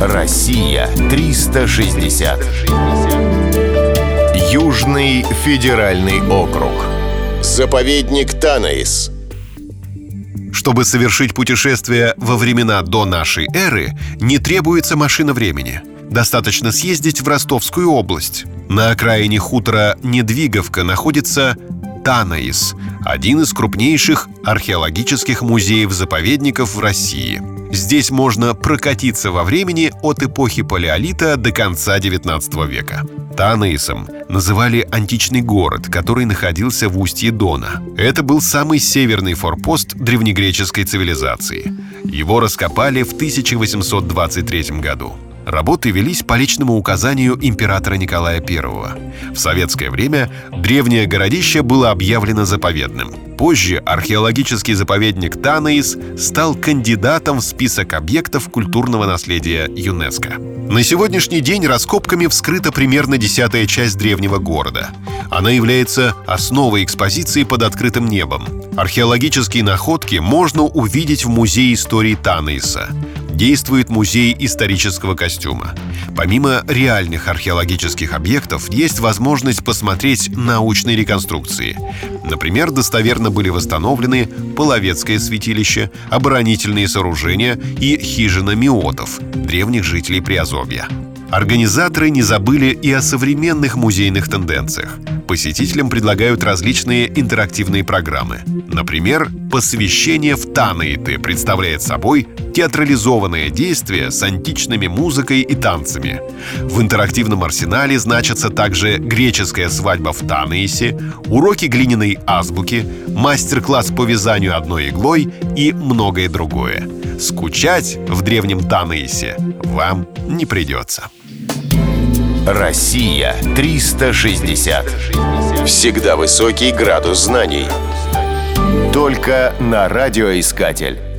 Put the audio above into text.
Россия 360. Южный федеральный округ. Заповедник Танаис. Чтобы совершить путешествие во времена до нашей эры, не требуется машина времени. Достаточно съездить в Ростовскую область. На окраине хутора Недвиговка находится Танаис, один из крупнейших археологических музеев-заповедников в России. Здесь можно прокатиться во времени от эпохи Палеолита до конца XIX века. Танаисом называли античный город, который находился в устье Дона. Это был самый северный форпост древнегреческой цивилизации. Его раскопали в 1823 году. Работы велись по личному указанию императора Николая I. В советское время древнее городище было объявлено заповедным. Позже археологический заповедник Танаис стал кандидатом в список объектов культурного наследия ЮНЕСКО. На сегодняшний день раскопками вскрыта примерно 10-я часть древнего города. Она является основой экспозиции под открытым небом. Археологические находки можно увидеть в Музее истории Танаиса. Действует музей исторического костюма. Помимо реальных археологических объектов, есть возможность посмотреть научные реконструкции. Например, достоверно были восстановлены Половецкое святилище, оборонительные сооружения и хижина миотов, древних жителей Приазовья. Организаторы не забыли и о современных музейных тенденциях. Посетителям предлагают различные интерактивные программы. Например, «Посвящение в Танаиты» представляет собой театрализованное действие с античными музыкой и танцами. В интерактивном арсенале значатся также греческая свадьба в Танаисе, уроки глиняной азбуки, мастер-класс по вязанию одной иглой и многое другое. Скучать в древнем Танаисе вам не придется. Россия 360. Всегда высокий градус знаний. Только на радиоискатель.